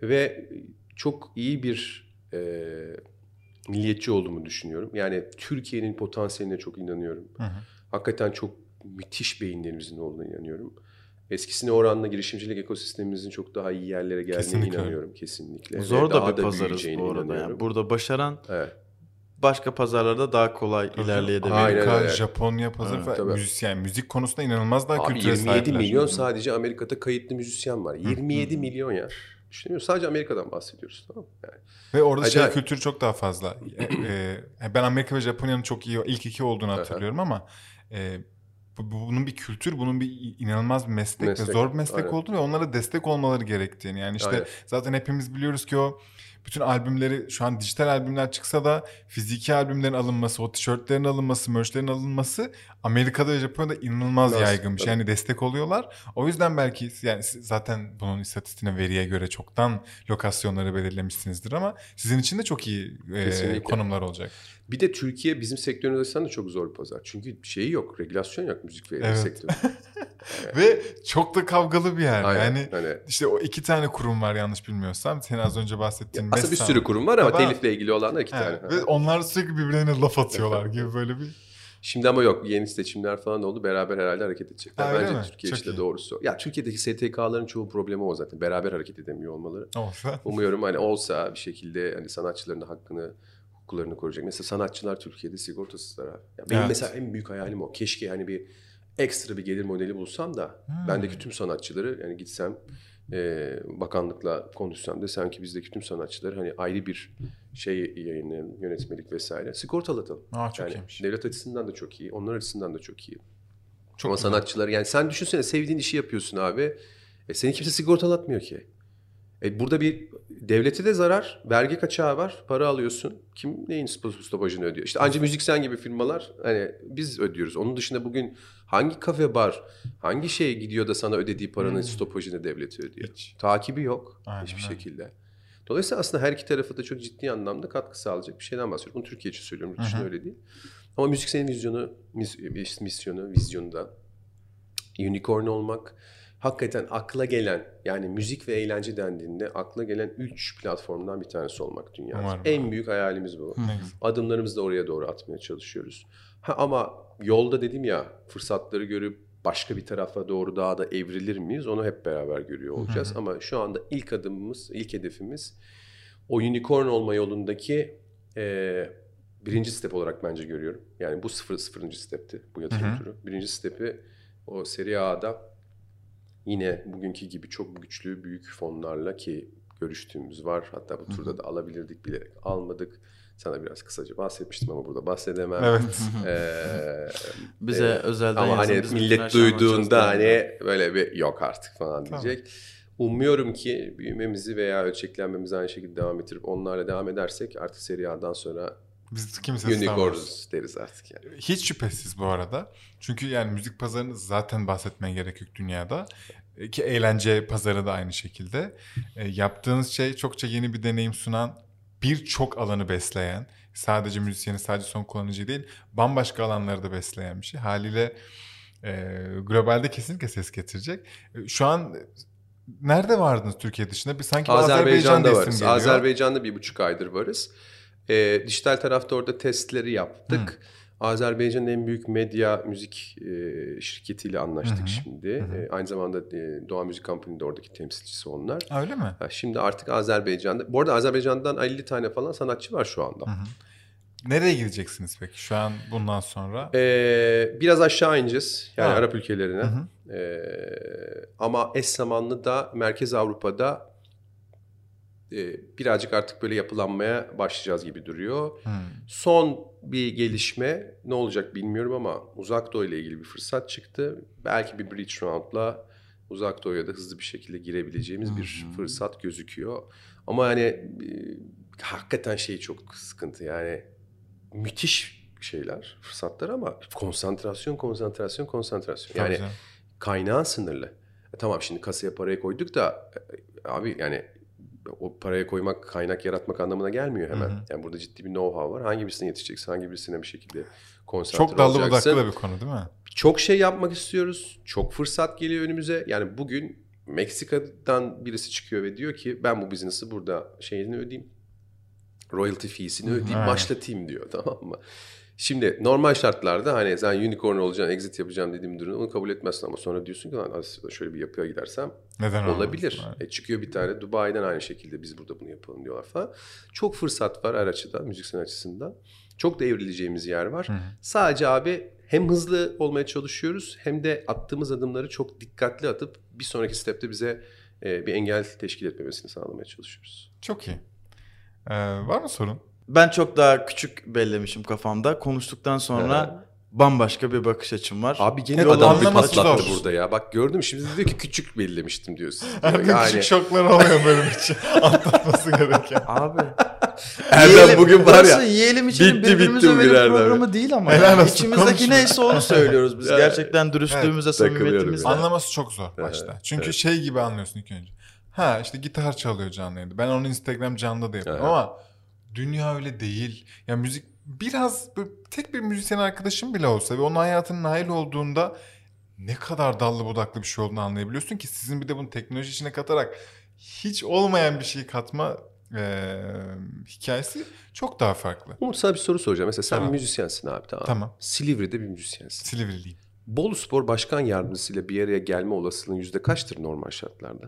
ve çok iyi bir e, milliyetçi olduğumu düşünüyorum. Yani Türkiye'nin potansiyeline çok inanıyorum. Hı hı. Hakikaten çok müthiş beyinlerimizin olduğuna inanıyorum. Eskisine oranla girişimcilik ekosistemimizin çok daha iyi yerlere geldiğine kesinlikle inanıyorum kesinlikle. Zor da bir pazarız bu arada. Yani burada başaran evet. başka pazarlarda daha kolay ilerleyebilir. Amerika, Japonya pazarı evet, falan. Müzisyen, yani müzik konusunda inanılmaz daha kültüre sahipler. yirmi yedi milyon sadece Amerika'da kayıtlı müzisyen var. yirmi yedi hı. milyon ya. Düşünüyor sadece Amerika'dan bahsediyoruz, tamam mı? Yani. Ve orada Acayip... şey kültürü çok daha fazla. ee, ben Amerika ve Japonya'nın çok iyi ilk iki olduğunu hatırlıyorum ama e, bu, bunun bir kültür, bunun bir inanılmaz bir meslek, meslek. ve zor bir meslek Aynen. olduğunu ve onlara destek olmaları gerektiğini. Yani işte Aynen. zaten hepimiz biliyoruz ki o bütün albümleri şu an dijital albümler çıksa da fiziki albümlerin alınması, o tişörtlerin alınması, merchlerin alınması Amerika'da ve Japonya'da inanılmaz Nasıl? yaygın bir şey. Yani destek oluyorlar. O yüzden belki yani zaten bunun istatistiğine, veriye göre çoktan lokasyonları belirlemişsinizdir ama sizin için de çok iyi e, konumlar olacak. Bir de Türkiye bizim sektörümüz açısından da çok zor bir pazar. Çünkü şeyi yok, regülasyon yok müzik ve evet. sektörü. Evet. Ve çok da kavgalı bir yer. Aynen, yani hani... işte o iki tane kurum var yanlış bilmiyorsam. Senin az önce bahsettiğin. Aslında bir sürü kurum var ama telifle ilgili olanlar iki evet. tane. Ve onlar sürekli birbirlerine laf atıyorlar gibi böyle bir. Şimdi ama yok, yeni seçimler falan oldu. Beraber herhalde hareket edecekler. Ha, Bence mi? Türkiye için de doğrusu. Ya Türkiye'deki S T K'ların çoğu problemi o zaten. Beraber hareket edemiyor olmaları. Olsa. Umuyorum hani olsa bir şekilde hani sanatçıların da hakkını, hukuklarını koruyacak. Mesela sanatçılar Türkiye'de sigortasızlar abi. Ya benim evet. mesela en büyük hayalim o. Keşke hani bir ekstra bir gelir modeli bulsam da hmm. bendeki tüm sanatçıları yani gitsem e, bakanlıkla konuşsam desem ki bizdeki tüm sanatçıları hani ayrı bir şey yayınlayalım, yönetmelik vesaire. Sigortalatalım. Aa, çok yani iyiymiş. Devlet açısından da çok iyi, onlar açısından da çok iyi. Çok Ama güzel. Sanatçılar yani sen düşünsene sevdiğin işi yapıyorsun abi. E, seni kimse sigortalatmıyor ki. E, burada bir devlete de zarar, vergi kaçağı var, para alıyorsun. Kim neyin stopajını ödüyor? İşte ancak Müziksen gibi firmalar hani biz ödüyoruz. Onun dışında bugün hangi kafe bar, hangi şeye gidiyor da sana ödediği paranın hmm. stopajını devleti ödüyor? Hiç. Takibi yok Aynen. hiçbir şekilde. Dolayısıyla aslında her iki tarafı da çok ciddi anlamda katkı sağlayacak bir şeyden bahsediyorum. Bunu Türkiye için söylüyorum, yurt dışında öyle değil. Ama Müziksen'in vizyonu, mis- misyonu, vizyonu da unicorn olmak. Hakikaten akla gelen yani müzik ve eğlence dendiğinde akla gelen üç platformdan bir tanesi olmak dünyada. Umarım. En büyük hayalimiz bu. Adımlarımızı da oraya doğru atmaya çalışıyoruz. Ha, ama yolda dedim ya fırsatları görüp başka bir tarafa doğru daha da evrilir miyiz? Onu hep beraber görüyor olacağız. Hı-hı. Ama şu anda ilk adımımız, ilk hedefimiz o unicorn olma yolundaki e, birinci step olarak bence görüyorum. Yani bu sıfır, sıfırıncı stepti bu yatırım Hı-hı. turu. Birinci stepi o Serie A'da yine bugünkü gibi çok güçlü büyük fonlarla ki görüştüğümüz var. Hatta bu turda da alabilirdik, bilerek almadık. Sana biraz kısaca bahsetmiştim ama burada bahsedemem. Evet. Ee, Bize e, özelden ama hani millet duyduğunda hani böyle bir yok artık falan tamam. diyecek. Umuyorum ki büyümemizi veya ölçeklenmemizi aynı şekilde devam ettirip onlarla devam edersek artık Serie A'dan sonra biz kimse unicorns deriz artık yani. Hiç şüphesiz bu arada. Çünkü yani müzik pazarını zaten bahsetmeye gerek yok dünyada. Ki eğlence pazarı da aynı şekilde. E, yaptığınız şey çokça yeni bir deneyim sunan, birçok alanı besleyen, sadece müzisyeni, sadece son kullanıcıyı değil, bambaşka alanları da besleyen bir şey. Haliyle E, globalde kesinlikle ses getirecek. E, şu an nerede vardınız Türkiye dışında? Bir sanki Azerbaycan'da Azerbaycan'da varız. Azerbaycan'da bir buçuk aydır varız. E, dijital tarafta orada testleri yaptık. Hmm. Azerbaycan'ın en büyük medya müzik e, şirketiyle anlaştık Hı-hı. şimdi. E, aynı zamanda e, Doğa Müzik Company'de oradaki temsilcisi onlar. Öyle mi? Ha, şimdi artık Azerbaycan'da. Bu arada Azerbaycan'dan elli tane falan sanatçı var şu anda. Hı-hı. Nereye gideceksiniz peki şu an bundan sonra? Ee, biraz aşağı ineceğiz. Yani ha. Arap ülkelerine. Ee, ama eş zamanlı da Merkez Avrupa'da e, birazcık artık böyle yapılanmaya başlayacağız gibi duruyor. Hmm. Son bir gelişme ne olacak bilmiyorum ama Uzak Doğu ile ilgili bir fırsat çıktı. Belki bir bridge round'la Uzak Doğu'ya da hızlı bir şekilde girebileceğimiz hmm. bir fırsat gözüküyor. Ama yani e, hakikaten şey çok sıkıntı yani. Müthiş şeyler, fırsatlar ama konsantrasyon, konsantrasyon, konsantrasyon. Yani Tabii kaynağın sınırlı. E tamam şimdi kasaya parayı koyduk da e, abi yani o paraya koymak, kaynak yaratmak anlamına gelmiyor hemen. Hı hı. Yani burada ciddi bir know-how var. Hangi birisine yetişeceksin, hangi birisine bir şekilde konsantre olacaksın. Çok dallı budaklı da bir konu değil mi? Çok şey yapmak istiyoruz. Çok fırsat geliyor önümüze. Yani bugün Meksika'dan birisi çıkıyor ve diyor ki ben bu business'ı burada şeyini ödeyeyim. Royalty fee'sini ödeyeyim, başlatayım diyor, tamam mı? Şimdi normal şartlarda hani sen unicorn olacaksın, exit yapacağım dediğim durumda onu kabul etmezsin ama sonra diyorsun ki lan şöyle bir yapıya gidersem Neden olabilir. E çıkıyor bir tane Dubai'den aynı şekilde biz burada bunu yapalım diyorlar falan. Çok fırsat var her açıdan, müzik sanat açısından. Çok da evrileceğimiz yer var. Hı. Sadece abi hem hızlı olmaya çalışıyoruz hem de attığımız adımları çok dikkatli atıp bir sonraki step'te bize e, bir engel teşkil etmemesini sağlamaya çalışıyoruz. Çok iyi. Ee, var mı sorun? Ben çok daha küçük bellemişim kafamda. Konuştuktan sonra He. bambaşka bir bakış açım var. Abi gene adam bir patlattı burada ya. Bak gördüm şimdi diyor ki küçük bellemiştim diyorsun. Yani yani... Küçük şoklar oluyor bölüm için. Atlatması gereken. Abi. Erdem bugün var ya. Yiyelim için birbirimize övelim programı abi. Değil ama. Yani. İçimizdeki neyse onu söylüyoruz biz. Gerçekten dürüstlüğümüze, evet. samimiyetimize. Anlaması çok zor başta. Çünkü evet. şey gibi anlıyorsun ilk önce. Ha işte gitar çalıyor canlı yayında. Ben onu Instagram canlı da yapıyorum evet. ama dünya öyle değil. Yani müzik biraz tek bir müzisyen arkadaşım bile olsa ve onun hayatının nail olduğunda ne kadar dallı budaklı bir şey olduğunu anlayabiliyorsun ki sizin bir de bunu teknoloji içine katarak hiç olmayan bir şey katma e, hikayesi çok daha farklı. Umut sana bir soru soracağım. Mesela sen tamam. bir müzisyensin abi tamam. Tamam. Silivri'de bir müzisyensin. Silivriliyim. Boluspor Başkan Yardımcısıyla bir araya gelme olasılığın yüzde kaçtır normal şartlarda?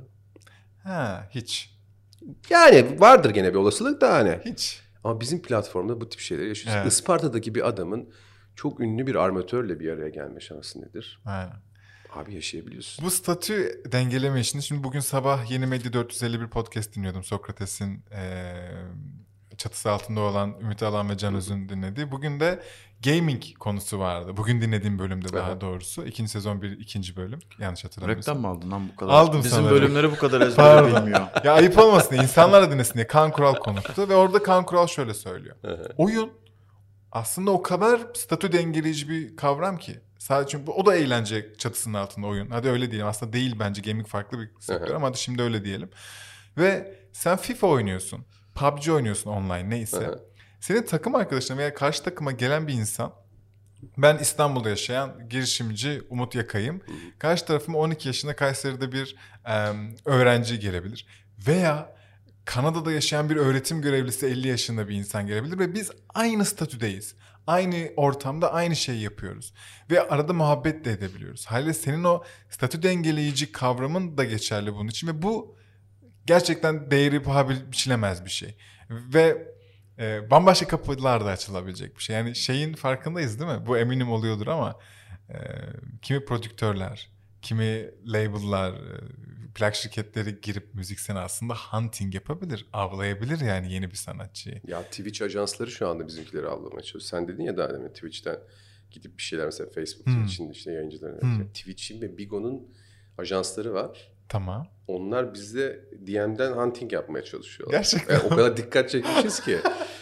Ha hiç. Yani vardır gene bir olasılık da hani. Hiç. Ama bizim platformda bu tip şeyleri yaşıyoruz. Evet. Isparta'daki bir adamın çok ünlü bir armatörle bir araya gelme şansı nedir? Aynen. Abi yaşayabiliyorsun. Bu statü dengeleme işini şimdi bugün sabah Yeni Medya dört yüz elli bir podcast dinliyordum. Sokrates'in ee, çatısı altında olan Ümit Alan ve Can Öz'ün dinlediği. Bugün de gaming konusu vardı. Bugün dinlediğim bölümde daha Aha. doğrusu. İkinci sezon bir ikinci bölüm. Yanlış hatırlamıyorsam. Reklam mı aldın lan bu kadar? Aldım Bizim sanırım. bölümleri bu kadar ezbere bilmiyor. Ya ayıp olmasın diye. İnsanlar da dinlesin diye. Kaan Kural konuktu. Ve orada Kaan Kural şöyle söylüyor. Oyun aslında o kadar statü dengeleyici bir kavram ki. Sadece çünkü o da eğlence çatısının altında oyun. Hadi öyle diyelim. Aslında değil bence. Gaming farklı bir sektör ama hadi şimdi öyle diyelim. Ve sen FIFA oynuyorsun. P U B G oynuyorsun online neyse. Aha. Senin takım arkadaşına veya karşı takıma gelen bir insan, ben İstanbul'da yaşayan girişimci Umut Yakay'ım. Karşı tarafıma on iki yaşında Kayseri'de bir e, öğrenci gelebilir. Veya Kanada'da yaşayan bir öğretim görevlisi elli yaşında bir insan gelebilir ve biz aynı statüdeyiz. Aynı ortamda aynı şeyi yapıyoruz. Ve arada muhabbet de edebiliyoruz. Haliyle senin o statü dengeleyici kavramın da geçerli bunun için ve bu gerçekten değeri paha biçilemez bir şey. Ve e, bambaşka kapılar da açılabilecek bir şey. Yani şeyin farkındayız değil mi? Bu eminim oluyordur ama e, kimi prodüktörler, kimi label'lar, e, plak şirketleri girip müzik aslında hunting yapabilir, avlayabilir yani yeni bir sanatçıyı. Ya Twitch ajansları şu anda bizimkileri avlamaya çalışıyor. Sen dedin ya daha demin Twitch'ten gidip bir şeyler mesela Facebook, hmm. Twitch'in işte yayıncıları. Hmm. Twitch'in ve Bigo'nun ajansları var. Tamam. Onlar bizde D M'den hunting yapmaya çalışıyorlar. Gerçekten. Yani o kadar dikkat çekmişiz ki.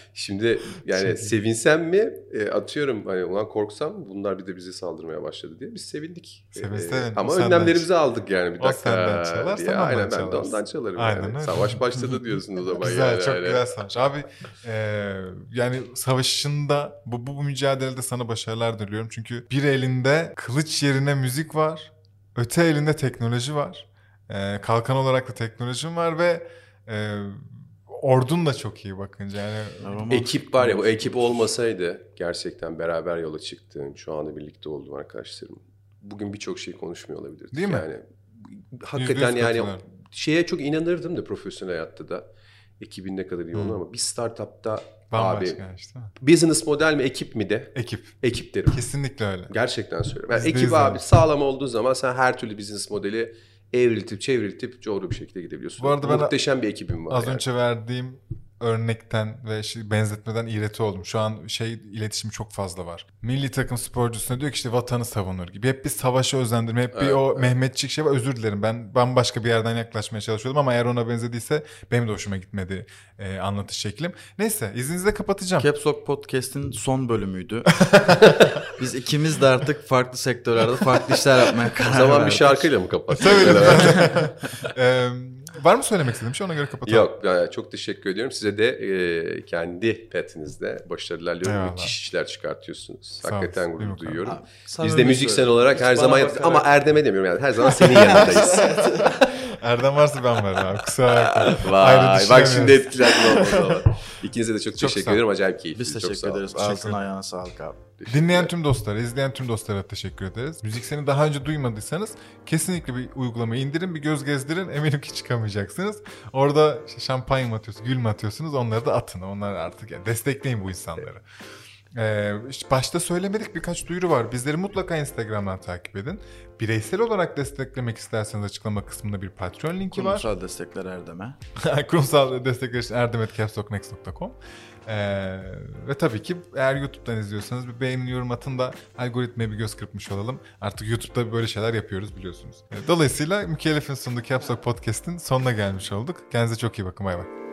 Şimdi yani Şey- sevinsem mi e, atıyorum hani ulan korksam bunlar bir de bize saldırmaya başladı diye biz sevindik. Sevin, E, sevin. Ama O senden önlemlerimizi çal- aldık yani bir O dakika. senden çalar, diye. sen ondan Aynen ben de çalarsın. ondan çalarım Aynen yani. öyle. Savaş başladı diyorsun o zaman Güzel, yani. çok Aynen. güzel savaş. Abi e, yani savaşında bu, bu, bu mücadelede sana başarılar diliyorum. Çünkü bir elinde kılıç yerine müzik var. Öte elinde teknoloji var. E, kalkan olarak da teknolojin var ve e, ordun da çok iyi bakınca. Yani Ama- Ekip var ya, bu ekip olmasaydı gerçekten beraber yola çıktığım, şu anda birlikte olduğum arkadaşlarım bugün birçok şey konuşmuyor olabilirdik. Değil mi? Yani hakikaten yüzde yüz yani katılıyorum. şeye çok inanırdım da profesyonel hayatta da ekibin ne kadar iyi Hı. olduğunu ama bir startupta abi bambaşka işte. business model mi ekip mi de Ekip. ekip derim. Kesinlikle öyle. Gerçekten söylüyorum. Yani Yüzde ekip yüz abi öyle. sağlam olduğu zaman sen her türlü business modeli evriltip çevriltip doğru bir şekilde gidebiliyorsun. Bu arada ben muhteşem bir ekibim var. Az yani. önce verdiğim örnekten ve şey, benzetmeden iğreti oldum. Şu an şey iletişimi çok fazla var. Milli takım sporcusuna diyor ki işte vatanı savunur gibi. Hep bir savaşa özendirme, hep bir Evet, o evet. Mehmetçik şey var. Özür dilerim, ben bambaşka bir yerden yaklaşmaya çalışıyordum ama eğer ona benzediyse benim de hoşuma gitmedi e, anlatış şeklim. Neyse, izninizle kapatacağım. Caps Lock Podcast'in son bölümüydü. Biz ikimiz de artık farklı sektörlerde farklı işler yapmaya karar O verdik. zaman bir şarkıyla mı kapattık? Tabii lütfen. Ee, var mı söylemek istediğim şey, ona göre kapatalım. Yok, yani çok teşekkür ediyorum. Size de e, kendi petinizde başarılar diliyorum. Eyvallah. Müthiş işler çıkartıyorsunuz. Sağ Hakikaten olun. gurur Bilmiyorum. duyuyorum. Abi, Biz samimi de müziksel söylüyorum. olarak Hiç her bana zaman yaptık bakarak- ama Erdem'e demiyorum yani. Her zaman senin yanındayız. Erdem varsa ben varım abi. Kusura bakma. Vay, Ayrı bak düşünemiyoruz. şimdi etkilendim olmadı. İkinize de çok, Çok teşekkür sağ ol. ederim. Acayip keyifli. Biz Çok teşekkür sağ olun. ederiz. Ağzına- Ağzına ayağına sağlık abi. Dinleyen tüm dostlara, izleyen tüm dostlara teşekkür ederiz. Müzikseni daha önce duymadıysanız kesinlikle bir uygulamayı indirin, bir göz gezdirin. Eminim ki çıkamayacaksınız. Orada işte şampanya mı atıyorsunuz, gül mü atıyorsunuz, onları da atın. Onlar artık yani destekleyin bu insanları. Ee, işte başta söylemedik, birkaç duyuru var. Bizleri mutlaka Instagram'dan takip edin. Bireysel olarak desteklemek isterseniz açıklama kısmında bir Patreon linki var. Kurumsal destekler Erdem'e. Kurumsal destekler için erdem at caps lock next nokta com. Ee, ve tabii ki eğer YouTube'dan izliyorsanız bir beğeni, yorum atın da algoritmaya bir göz kırpmış olalım. Artık YouTube'da böyle şeyler yapıyoruz biliyorsunuz. Dolayısıyla Mükellef'in sunduğu Caps Lock Podcast'in sonuna gelmiş olduk. Kendinize çok iyi bakın. Bay bay.